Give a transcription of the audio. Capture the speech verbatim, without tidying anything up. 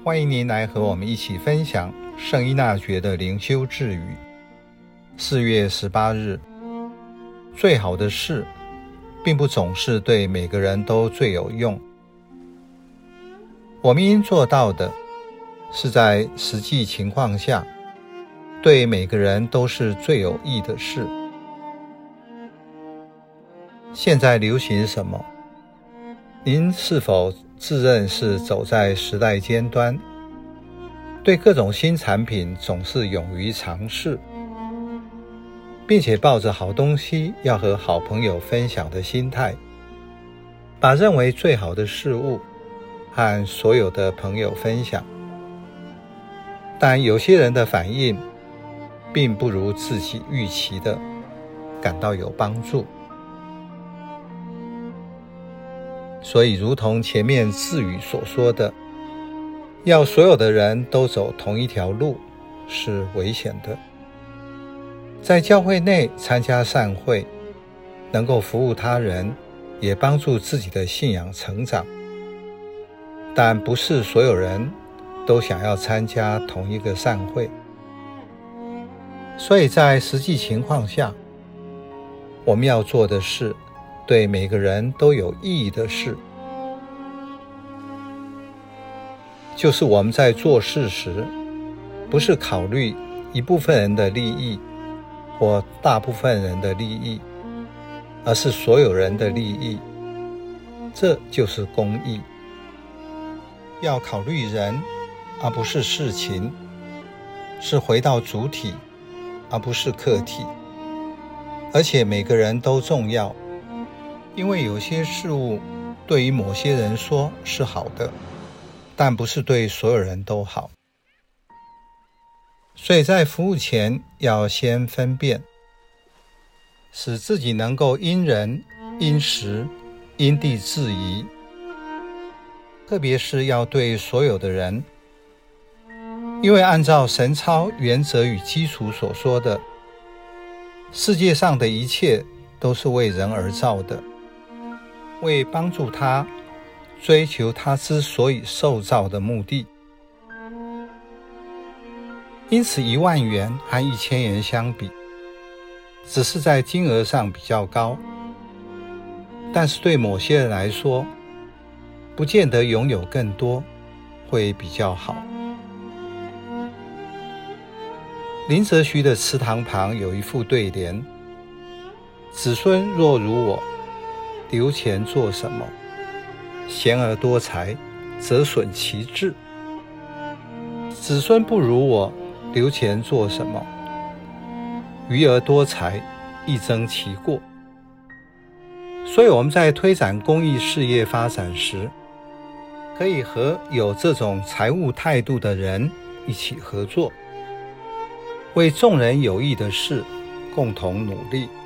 欢迎您来和我们一起分享圣依纳爵的灵修智语。四月十八日，最好的事并不总是对每个人都最有用。我们应做到的是在实际情况下对每个人都是最有益的事。现在流行什么？您是否自认是走在时代尖端，对各种新产品总是勇于尝试，并且抱着好东西要和好朋友分享的心态，把认为最好的事物和所有的朋友分享？但有些人的反应并不如自己预期的感到有帮助。所以如同前面智语所说的，要所有的人都走同一条路是危险的。在教会内参加善会，能够服务他人，也帮助自己的信仰成长，但不是所有人都想要参加同一个善会。所以在实际情况下，我们要做的是对每个人都有意义的事，就是我们在做事时，不是考虑一部分人的利益或大部分人的利益，而是所有人的利益。这就是公义。要考虑人，而不是事情，是回到主体，而不是客体。而且每个人都重要，因为有些事物对于某些人说是好的，但不是对所有人都好。所以在服务前要先分辨，使自己能够因人、因时、因地制宜，特别是要对所有的人，因为按照神操原则与基础所说的，世界上的一切都是为人而造的，为帮助他追求他之所以受造的目的。因此一万元和一千元相比，只是在金额上比较高，但是对某些人来说，不见得拥有更多会比较好。林则徐的祠堂旁有一副对联：子孙若如我，留钱做什么？贤而多财，则损其志。子孙不如我，留钱做什么？愚而多财，亦增其过。所以我们在推展公益事业发展时，可以和有这种财务态度的人一起合作，为众人有益的事共同努力。